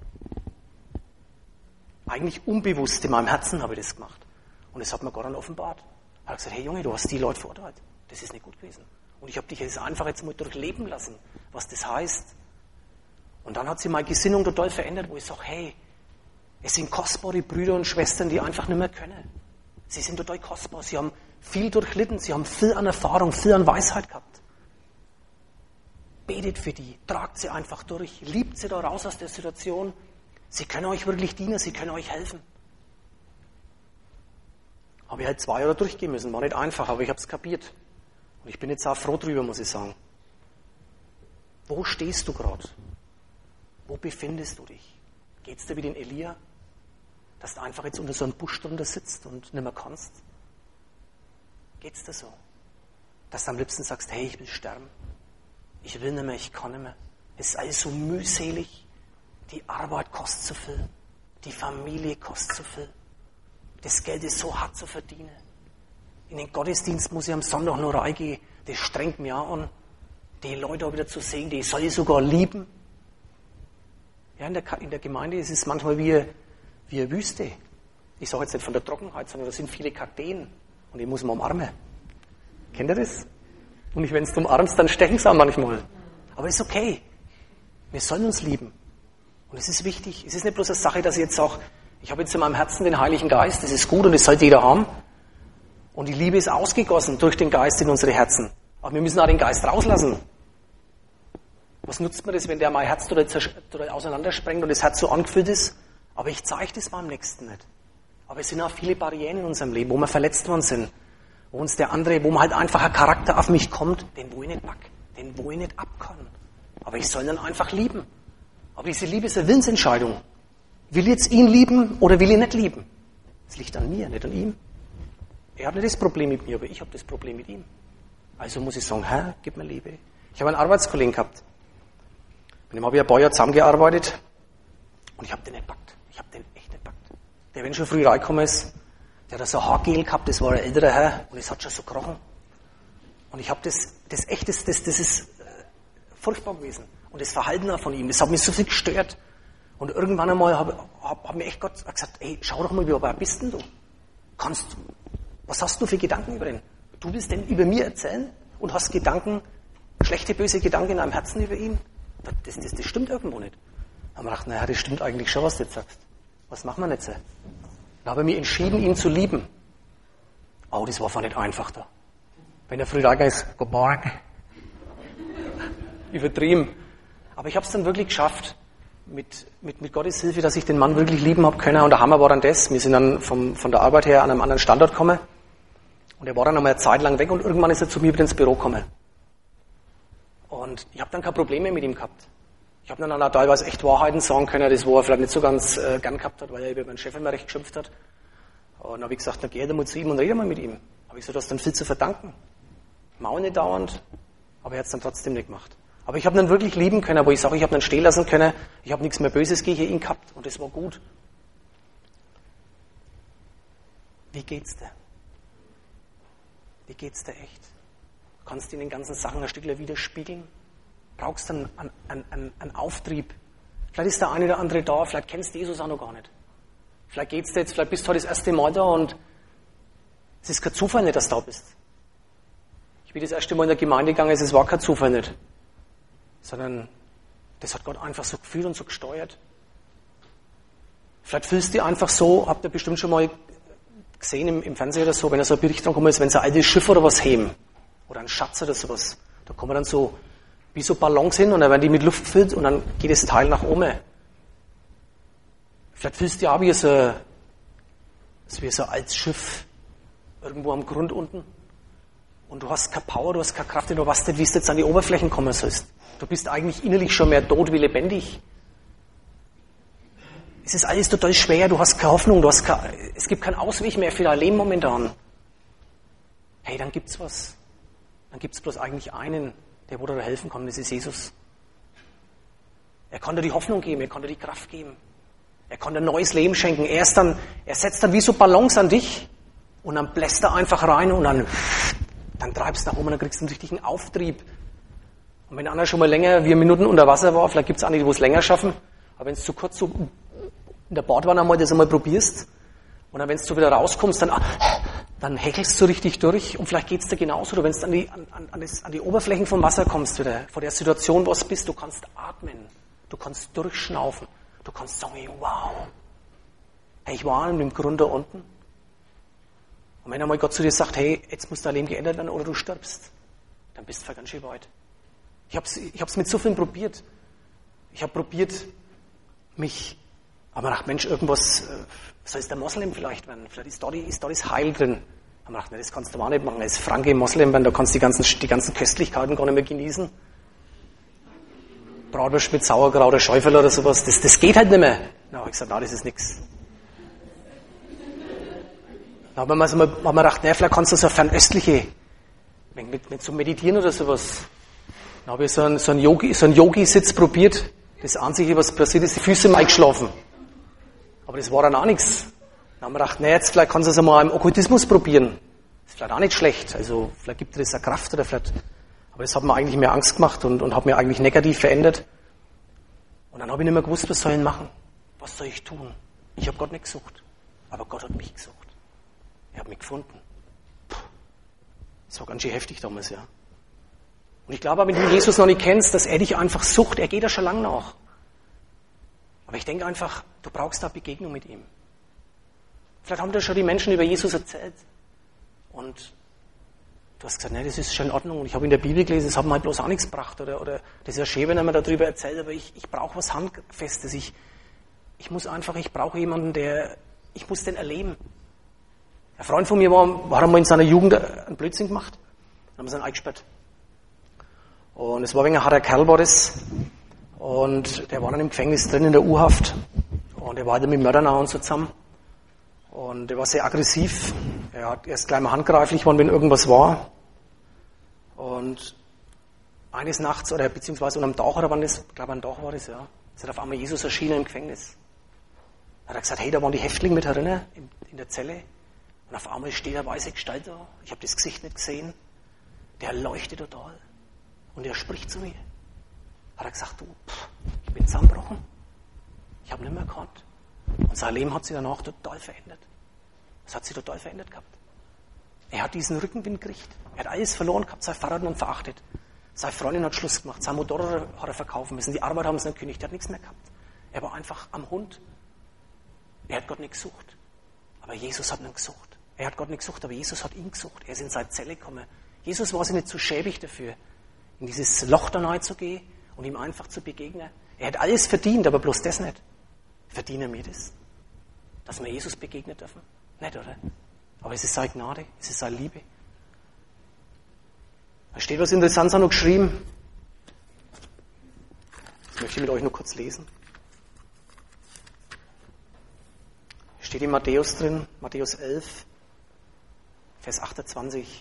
eigentlich unbewusst in meinem Herzen habe ich das gemacht. Und das hat mir Gott dann offenbart. Er hat gesagt, hey Junge, du hast die Leute verurteilt. Das ist nicht gut gewesen. Und ich habe dich jetzt einfach jetzt mal durchleben lassen, was das heißt. Und dann hat sich meine Gesinnung total verändert, wo ich sage, hey, es sind kostbare Brüder und Schwestern, die einfach nicht mehr können. Sie sind total kostbar, sie haben viel durchlitten, sie haben viel an Erfahrung, viel an Weisheit gehabt. Betet für die, tragt sie einfach durch, liebt sie da raus aus der Situation. Sie können euch wirklich dienen, sie können euch helfen. Habe ich halt 2 Jahre durchgehen müssen, war nicht einfach, aber ich habe es kapiert. Und ich bin jetzt auch froh drüber, muss ich sagen. Wo stehst du gerade? Wo befindest du dich? Geht es dir wie den Elia, dass du einfach jetzt unter so einem Busch drunter sitzt und nicht mehr kannst? Geht's dir so? Dass du am liebsten sagst, hey, ich will sterben. Ich will nicht mehr, ich kann nicht mehr. Es ist alles so mühselig. Die Arbeit kostet so viel. Die Familie kostet so viel. Das Geld ist so hart zu verdienen. In den Gottesdienst muss ich am Sonntag nur reingehen. Das strengt mich auch an. Die Leute auch wieder zu sehen, die soll ich sogar lieben. Ja, in der Gemeinde ist es manchmal wie eine Wüste. Ich sage jetzt nicht von der Trockenheit, sondern da sind viele Kakteen. Und die muss man umarmen. Kennt ihr das? Und wenn du umarmst, dann stechen sie auch manchmal. Aber ist okay. Wir sollen uns lieben. Und es ist wichtig. Es ist nicht bloß eine Sache, dass ich jetzt sage, ich habe jetzt in meinem Herzen den Heiligen Geist, das ist gut und das sollte jeder haben. Und die Liebe ist ausgegossen durch den Geist in unsere Herzen. Aber wir müssen auch den Geist rauslassen. Was nutzt mir das, wenn der mein Herz oder auseinandersprengt und das Herz so angefüllt ist? Aber ich zeige das beim Nächsten nicht. Aber es sind auch viele Barrieren in unserem Leben, wo wir verletzt worden sind. Wo uns der andere, wo man halt einfach ein Charakter auf mich kommt, den wo ich nicht mag, den wo ich nicht abkann. Aber ich soll ihn einfach lieben. Aber diese Liebe ist eine Willensentscheidung. Will ich jetzt ihn lieben oder will ich nicht lieben? Das liegt an mir, nicht an ihm. Er hat nicht das Problem mit mir, aber ich habe das Problem mit ihm. Also muss ich sagen, Herr, gib mir Liebe. Ich habe einen Arbeitskollegen gehabt. Mit dem habe ich ein paar Jahre zusammengearbeitet und ich habe den nicht gepackt. Ich habe den echt nicht gepackt. Der, wenn schon früh reingekommen ist, der hat so ein Haargel gehabt, das war ein älterer Herr und es hat schon so gekrochen. Und ich habe das ist furchtbar gewesen. Und das Verhalten von ihm, das hat mich so viel gestört. Und irgendwann einmal hat mir echt Gott gesagt, ey, schau doch mal, wie weit bist denn du? Was hast du für Gedanken über den? Du willst denn über mir erzählen und hast Gedanken, schlechte, böse Gedanken in deinem Herzen über ihn? Das stimmt irgendwo nicht. Dann haben wir gedacht, naja, das stimmt eigentlich schon, was du jetzt sagst. Was machen wir jetzt? Dann habe ich mich entschieden, ihn zu lieben. Oh, das war nicht einfach da. Wenn er früh reingegangen ist, guten Morgen. Übertrieben. Aber ich habe es dann wirklich geschafft, mit Gottes Hilfe, dass ich den Mann wirklich lieben habe können. Und der Hammer war dann das. Wir sind dann von der Arbeit her an einem anderen Standort gekommen. Und er war dann einmal eine Zeit lang weg und irgendwann ist er zu mir wieder ins Büro gekommen. Und ich habe dann keine Probleme mit ihm gehabt. Ich habe dann auch teilweise echt Wahrheiten sagen können, das wo er vielleicht nicht so ganz gern gehabt hat, weil er über meinen Chef immer recht geschimpft hat. Und dann habe ich gesagt, dann geh mal zu ihm und rede mal mit ihm. Habe ich gesagt, du hast dann viel zu verdanken. Mau nicht dauernd, aber er hat es dann trotzdem nicht gemacht. Aber ich habe ihn wirklich lieben können, wo ich sage, ich habe ihn stehen lassen können, ich habe nichts mehr Böses gegen ihn gehabt und das war gut. Wie geht's dir? Wie geht's dir echt? Kannst du in den ganzen Sachen ein Stückchen widerspiegeln? Brauchst du einen Auftrieb? Vielleicht ist der eine oder andere da, vielleicht kennst du Jesus auch noch gar nicht. Vielleicht geht's dir jetzt, vielleicht bist du heute das erste Mal da und es ist kein Zufall nicht, dass du da bist. Ich bin das erste Mal in der Gemeinde gegangen, es war kein Zufall nicht. Sondern das hat Gott einfach so gefühlt und so gesteuert. Vielleicht fühlst du dich einfach so, habt ihr bestimmt schon mal gesehen im Fernsehen oder so, wenn so ein Bericht dran kommt, ist, wenn so ein altes Schiff oder was heben, oder ein Schatz oder sowas, da kommen dann so, wie so Ballons hin und dann werden die mit Luft gefüllt und dann geht das Teil nach oben. Vielleicht fühlst du dich auch wie so ein altes Schiff, irgendwo am Grund unten. Und du hast keine Power, du hast keine Kraft, du weißt nicht, wie du jetzt an die Oberflächen kommen sollst. Du bist eigentlich innerlich schon mehr tot wie lebendig. Es ist alles total schwer, du hast keine Hoffnung, es gibt keinen Ausweg mehr für dein Leben momentan. Hey, dann gibt's was. Dann gibt's bloß eigentlich einen, der dir helfen kann, das ist Jesus. Er kann dir die Hoffnung geben, er kann dir die Kraft geben. Er kann dir ein neues Leben schenken. Er setzt dann wie so Ballons an dich und dann bläst er einfach rein und dann treibst du nach oben und dann kriegst du einen richtigen Auftrieb. Und wenn einer schon mal länger wie Minuten unter Wasser war, vielleicht gibt es einige, die es länger schaffen, aber wenn es zu kurz so in der Badwanne einmal das einmal probierst und dann, wenn du wieder rauskommst, dann hechelst du richtig durch und vielleicht geht es dir genauso. Oder wenn du an die Oberflächen vom Wasser kommst, wieder vor der Situation, wo du bist, du kannst atmen, du kannst durchschnaufen, du kannst sagen, wow, hey, ich war im Grund da unten. Und wenn einmal Gott zu dir sagt, hey, jetzt muss dein Leben geändert werden oder du stirbst, dann bist du ganz schön weit. Ich hab's mit so vielen probiert. Ich habe probiert, aber nach Mensch, irgendwas, soll es der Moslem vielleicht werden? Vielleicht ist da das Heil drin. Aber ich dachte, das kannst du auch nicht machen. Als Franke Moslem werden, da kannst du die ganzen Köstlichkeiten gar nicht mehr genießen. Bratwurst mit Sauerkraut oder Schäufel oder sowas, das geht halt nicht mehr. Na, habe ich gesagt, das ist nichts. Dann haben wir gedacht, naja, vielleicht kannst du so eine fernöstliche, mit so meditieren oder sowas. Dann habe ich so einen Yogi-Sitz probiert. Das Einzige, was passiert ist, die Füße mal eingeschlafen. Aber das war dann auch nichts. Dann haben wir gedacht, naja, jetzt vielleicht kannst du es einmal im Okkultismus probieren. Das ist vielleicht auch nicht schlecht. Also vielleicht gibt dir das eine Kraft oder vielleicht. Aber das hat mir eigentlich mehr Angst gemacht und hat mir eigentlich negativ verändert. Und dann habe ich nicht mehr gewusst, was soll ich machen? Was soll ich tun? Ich habe Gott nicht gesucht. Aber Gott hat mich gesucht. Er hat mich gefunden. Das war ganz schön heftig damals, ja. Und ich glaube, wenn du Jesus noch nicht kennst, dass er dich einfach sucht, er geht da schon lange nach. Aber ich denke einfach, du brauchst da Begegnung mit ihm. Vielleicht haben dir schon die Menschen über Jesus erzählt. Und du hast gesagt, nee, das ist schon in Ordnung. Und ich habe in der Bibel gelesen, das hat mir halt bloß auch nichts gebracht. Oder das ist ja schön, wenn er mir darüber erzählt, aber ich brauche was Handfestes. Ich brauche jemanden, ich muss den erleben. Ein Freund von mir hat einmal in seiner Jugend einen Blödsinn gemacht. Dann haben sie ihn eingesperrt. Und es war ein harter Kerl, war das. Und der war dann im Gefängnis drin, in der U-Haft. Und er war halt mit Mördern und so zusammen. Und er war sehr aggressiv. Er hat erst gleich mal handgreiflich geworden, wenn irgendwas war. Und eines Nachts, oder beziehungsweise unterm Dach, oder wann das, ich glaube, am Dach war das, ja. Es hat auf einmal Jesus erschienen im Gefängnis. Da hat er gesagt, hey, da waren die Häftlinge mit drinnen, in der Zelle. Und auf einmal steht eine weiße Gestalt da. Ich habe das Gesicht nicht gesehen. Der leuchtet total. Und er spricht zu mir. Hat er gesagt, ich bin zusammengebrochen. Ich habe nicht mehr gekannt. Und sein Leben hat sich danach total verändert. Es hat sich total verändert gehabt. Er hat diesen Rückenwind gekriegt. Er hat alles verloren gehabt. Sein Vater hat ihn verachtet. Seine Freundin hat Schluss gemacht. Sein Motorrad hat er verkaufen müssen. Die Arbeit haben sie nicht gekündigt. Er hat nichts mehr gehabt. Er war einfach am Hund. Er hat Gott nicht gesucht. Aber Jesus hat ihn gesucht. Er hat Gott nicht gesucht, aber Jesus hat ihn gesucht. Er ist in seine Zelle gekommen. Jesus war sich nicht zu schäbig dafür, in dieses Loch da reinzugehen und ihm einfach zu begegnen. Er hat alles verdient, aber bloß das nicht. Verdienen wir das? Dass wir Jesus begegnen dürfen? Nicht, oder? Aber es ist seine Gnade, es ist seine Liebe. Da steht was Interessantes auch noch geschrieben. Das möchte ich mit euch noch kurz lesen. Steht in Matthäus drin, Matthäus 11, Vers 28.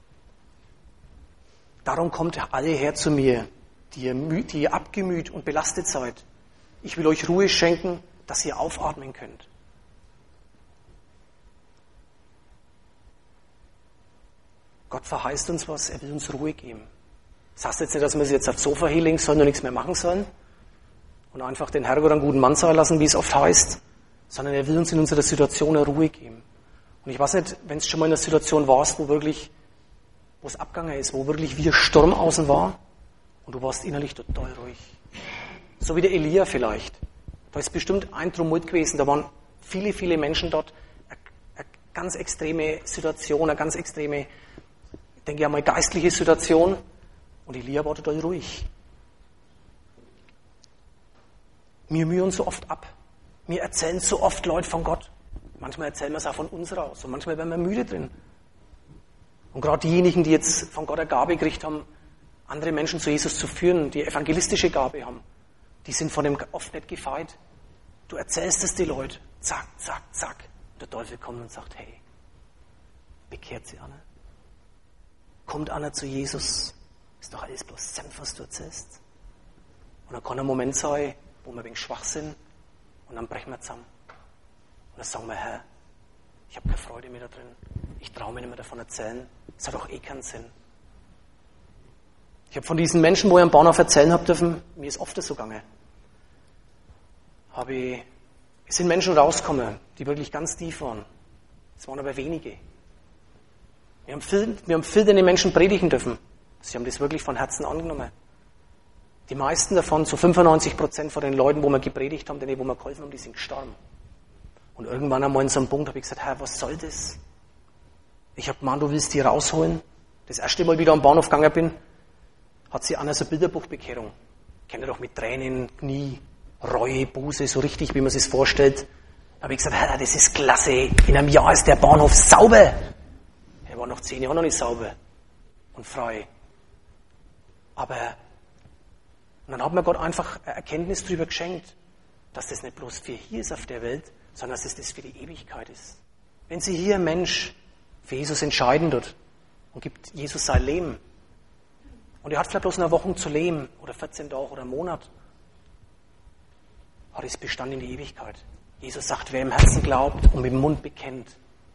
Darum kommt alle her zu mir, die ihr abgemüht und belastet seid. Ich will euch Ruhe schenken, dass ihr aufatmen könnt. Gott verheißt uns was, er will uns Ruhe geben. Das heißt jetzt nicht, dass wir sie jetzt aufs Sofa hinlegen sollen und nichts mehr machen sollen und einfach den Herrgott einen guten Mann sein lassen, wie es oft heißt, sondern er will uns in unserer Situation eine Ruhe geben. Und ich weiß nicht, wenn es schon mal in einer Situation warst, wo es abgegangen ist, wo wirklich wie ein Sturm außen war und du warst innerlich total ruhig. So wie der Elia vielleicht. Da ist bestimmt ein Tumult gewesen, da waren viele, viele Menschen dort. Eine ganz extreme Situation, eine ganz extreme, ich denke einmal geistliche Situation. Und Elia war total ruhig. Wir mühen uns so oft ab. Wir erzählen so oft Leute von Gott. Manchmal erzählen wir es auch von uns raus und manchmal werden wir müde drin. Und gerade diejenigen, die jetzt von Gott eine Gabe gekriegt haben, andere Menschen zu Jesus zu führen, die evangelistische Gabe haben, die sind von dem oft nicht gefeit. Du erzählst es die Leute, zack, zack, zack. Und der Teufel kommt und sagt, hey, bekehrt sie Anna. Kommt Anna zu Jesus, ist doch alles bloß Senf, was du erzählst. Und dann kann ein Moment sein, wo wir ein wenig schwach sind und dann brechen wir zusammen. Und dann sagen wir, Herr, ich habe keine Freude mehr da drin. Ich traue mir nicht mehr davon erzählen. Es hat auch keinen Sinn. Ich habe von diesen Menschen, wo ich am Bahnhof erzählen habe dürfen, mir ist oft so gegangen. Es sind Menschen rausgekommen, die wirklich ganz tief waren. Es waren aber wenige. Wir haben viel den Menschen predigen dürfen. Sie haben das wirklich von Herzen angenommen. Die meisten davon, so 95% von den Leuten, wo wir gepredigt haben, denen, wo wir geholfen haben, die sind gestorben. Und irgendwann einmal in so einem Punkt habe ich gesagt, Herr, was soll das? Ich habe gemeint, du willst die rausholen. Das erste Mal wieder am Bahnhof gegangen bin, hat sie Anna so Bilderbuchbekehrung. Kennt ihr doch mit Tränen, Knie, Reue, Buße, so richtig, wie man sich vorstellt. Da habe ich gesagt, Herr, das ist klasse. In einem Jahr ist der Bahnhof sauber. Er war noch 10 Jahre noch nicht sauber und frei. Aber und dann hat mir Gott einfach eine Erkenntnis darüber geschenkt, dass das nicht bloß für hier ist auf der Welt, sondern dass es das für die Ewigkeit ist. Wenn sich hier ein Mensch für Jesus entscheiden wird und gibt Jesus sein Leben und er hat vielleicht bloß eine Woche zu leben oder 14 Tage oder einen Monat, hat es Bestand in die Ewigkeit. Jesus sagt, wer im Herzen glaubt und mit dem Mund bekennt,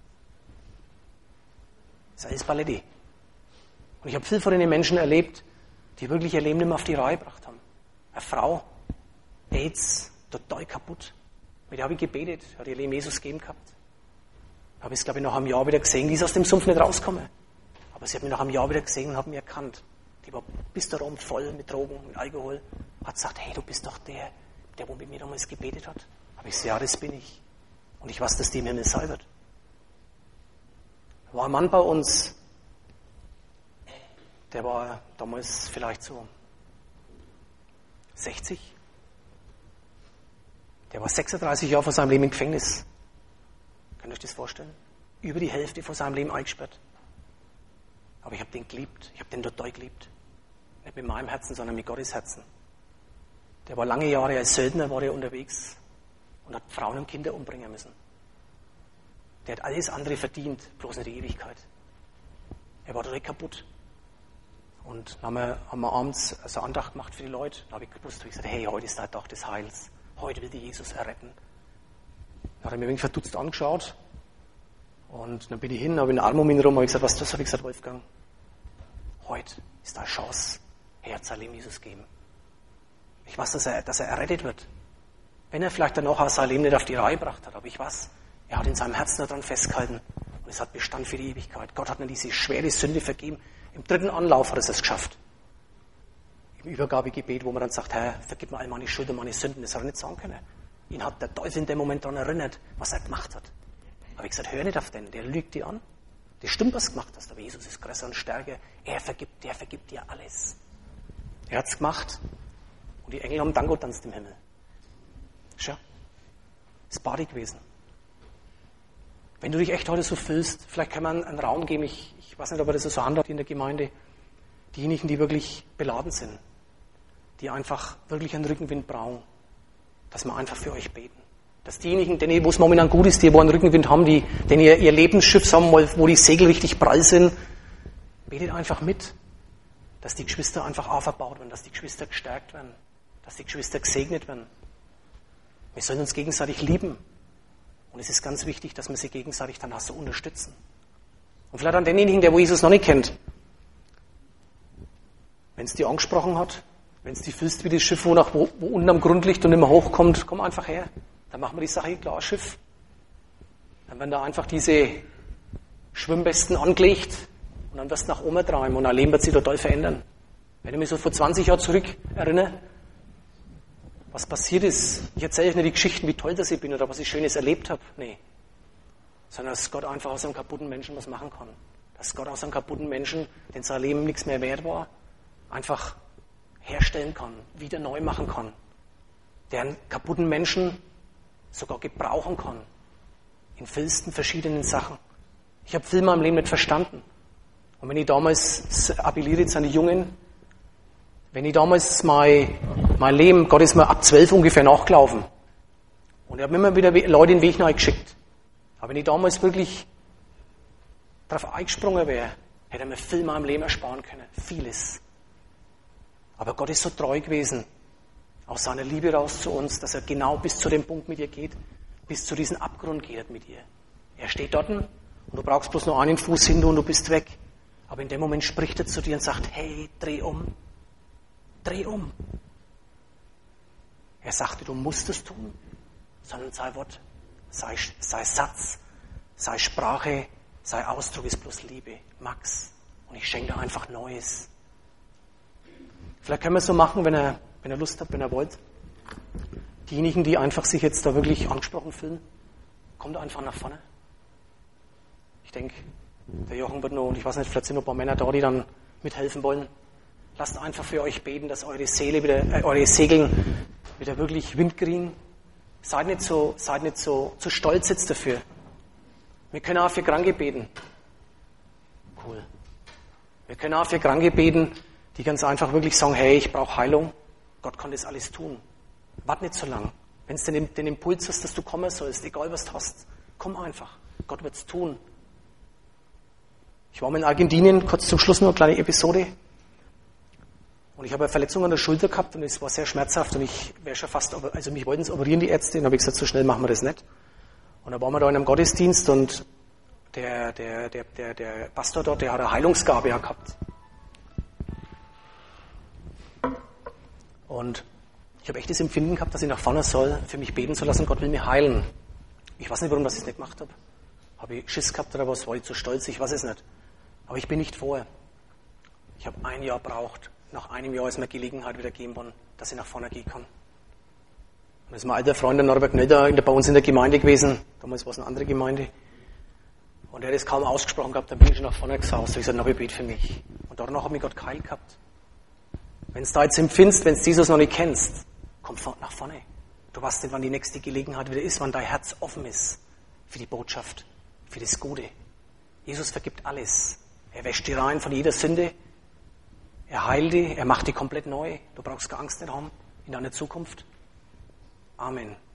ist alles Paletti. Und ich habe viel von den Menschen erlebt, die wirklich ihr Leben nicht mehr auf die Reihe gebracht haben. Eine Frau, AIDS, total kaputt. Mit der habe ich gebetet, hat ihr Leben Jesus gegeben gehabt. Habe ich es, glaube ich, nach einem Jahr wieder gesehen, die ist aus dem Sumpf nicht rausgekommen. Aber sie hat mich nach einem Jahr wieder gesehen und hat mich erkannt. Die war bis darum voll mit Drogen, mit Alkohol. Hat gesagt, hey, du bist doch der wo mit mir damals gebetet hat. Habe ich gesagt, ja, das bin ich. Und ich weiß, dass die im Himmel sein wird. Da war ein Mann bei uns, der war damals vielleicht so 60. Der war 36 Jahre vor seinem Leben im Gefängnis. Könnt ihr euch das vorstellen? Über die Hälfte von seinem Leben eingesperrt. Aber ich habe den geliebt. Ich habe den total geliebt. Nicht mit meinem Herzen, sondern mit Gottes Herzen. Der war lange Jahre als Söldner war der unterwegs und hat Frauen und Kinder umbringen müssen. Der hat alles andere verdient, bloß nicht die Ewigkeit. Er war total kaputt. Und dann haben wir abends so Andacht gemacht für die Leute. Da habe ich gewusst, ich gesagt, hey, heute ist der Tag des Heils. Heute will die Jesus erretten. Dann hat er mir ein wenig verdutzt angeschaut. Und dann bin ich hin, habe in den Arm um ihn herum, habe ich gesagt, was ist das? Habe ich gesagt, Wolfgang, heute ist da eine Chance. Er hat sein Leben Jesus gegeben. Ich weiß, dass er errettet wird. Wenn er vielleicht dann auch sein Leben nicht auf die Reihe gebracht hat. Aber ich weiß, er hat in seinem Herzen daran festgehalten. Und es hat Bestand für die Ewigkeit. Gott hat mir diese schwere Sünde vergeben. Im 3. Anlauf hat er es geschafft. Im Übergabegebet, wo man dann sagt, Herr, vergib mir all meine Schuld und meine Sünden. Das hat er nicht sagen können. Ihn hat der Teufel in dem Moment daran erinnert, was er gemacht hat. Aber ich gesagt, hör nicht auf den, der lügt dir an. Das stimmt, was du gemacht hast, aber Jesus ist größer und stärker. Er vergibt dir alles. Er hat es gemacht. Und die Engel haben Tango tanzt im Himmel. Schau, ist Party gewesen. Wenn du dich echt heute so fühlst, vielleicht kann man einen Raum geben, ich weiß nicht, ob er das so handhabt in der Gemeinde, diejenigen, die wirklich beladen sind, die einfach wirklich einen Rückenwind brauchen, dass wir einfach für euch beten. Dass diejenigen, denen, wo es momentan gut ist, die wo einen Rückenwind haben, die ihr Lebensschiff haben, wo die Segel richtig prall sind, betet einfach mit, dass die Geschwister einfach aufgebaut werden, dass die Geschwister gestärkt werden, dass die Geschwister gesegnet werden. Wir sollen uns gegenseitig lieben. Und es ist ganz wichtig, dass wir sie gegenseitig dann auch so unterstützen. Und vielleicht an denjenigen, der wo Jesus noch nicht kennt, wenn es dir angesprochen hat, wenn es dich fühlst wie das Schiff, wo unten am Grund liegt und immer hochkommt, komm einfach her. Dann machen wir die Sache klar, Schiff. Dann werden da einfach diese Schwimmwesten angelegt und dann wirst du nach oben treiben und dein Leben wird sich total verändern. Wenn ich mich so vor 20 Jahren zurück erinnere, was passiert ist, ich erzähle euch nicht die Geschichten, wie toll das ich bin oder was ich Schönes erlebt habe. Nee. Sondern dass Gott einfach aus einem kaputten Menschen was machen kann. Dass Gott aus einem kaputten Menschen, den sein Leben nichts mehr wert war, einfach herstellen kann, wieder neu machen kann. Der einen kaputten Menschen sogar gebrauchen kann. In vielsten verschiedenen Sachen. Ich habe viel in meinem Leben nicht verstanden. Und wenn ich damals appelliere jetzt an die Jungen, wenn ich damals mein Leben, Gott ist mir ab 12 ungefähr nachgelaufen. Und ich habe immer wieder Leute in den Weg geschickt. Aber wenn ich damals wirklich darauf eingesprungen wäre, hätte er mir viel in meinem Leben ersparen können. Vieles. Aber Gott ist so treu gewesen, aus seiner Liebe raus zu uns, dass er genau bis zu dem Punkt mit dir geht, bis zu diesem Abgrund geht mit dir. Er steht dort und du brauchst bloß nur einen Fuß hin und du bist weg. Aber in dem Moment spricht er zu dir und sagt, hey, dreh um. Dreh um. Er sagte, du musst es tun, sondern sei Wort, sei Satz, sei Sprache, sei Ausdruck ist bloß Liebe, Max. Und ich schenke dir einfach Neues. Vielleicht können wir es so machen, wenn er Lust hat, wenn er wollt. Diejenigen, die einfach sich jetzt da wirklich angesprochen fühlen, kommt einfach nach vorne. Ich denke, der Jochen wird noch, und ich weiß nicht, vielleicht sind noch ein paar Männer da, die dann mithelfen wollen. Lasst einfach für euch beten, dass eure Segeln wieder wirklich Wind kriegen. Seid nicht so stolz jetzt dafür. Wir können auch für Kranke beten. Cool. Wir können auch für Kranke beten, die ganz einfach wirklich sagen, hey, ich brauche Heilung. Gott kann das alles tun. Wart nicht so lang. Wenn du den Impuls hast, dass du kommen sollst, egal was du hast, komm einfach. Gott wird es tun. Ich war mal in Argentinien, kurz zum Schluss nur eine kleine Episode. Und ich habe eine Verletzung an der Schulter gehabt und es war sehr schmerzhaft und ich wäre schon fast, also mich wollten es operieren, die Ärzte, und habe ich gesagt, so schnell machen wir das nicht. Und dann waren wir da in einem Gottesdienst und der Pastor dort, der hat eine Heilungsgabe gehabt. Und ich habe echt das Empfinden gehabt, dass ich nach vorne soll, für mich beten zu lassen, Gott will mich heilen. Ich weiß nicht, warum ich es nicht gemacht habe. Habe ich Schiss gehabt oder was? War ich zu stolz? Ich weiß es nicht. Aber ich bin nicht vorher. Ich habe 1 Jahr gebraucht. Nach einem Jahr ist mir Gelegenheit wieder gegeben worden, dass ich nach vorne gehen kann. Und das ist mein alter Freund, der Norbert Gnöder, bei uns in der Gemeinde gewesen. Damals war es eine andere Gemeinde. Und er hat es kaum ausgesprochen gehabt, dann bin ich schon nach vorne gesaust. Ich gesagt, ich bete für mich. Und danach hat mich Gott geheilt gehabt. Wenn du da jetzt empfindest, wenn du Jesus noch nicht kennst, komm nach vorne. Du weißt nicht, wann die nächste Gelegenheit wieder ist, wann dein Herz offen ist für die Botschaft, für das Gute. Jesus vergibt alles. Er wäscht dich rein von jeder Sünde. Er heilt dich, er macht dich komplett neu. Du brauchst keine Angst nicht haben in deiner Zukunft. Amen.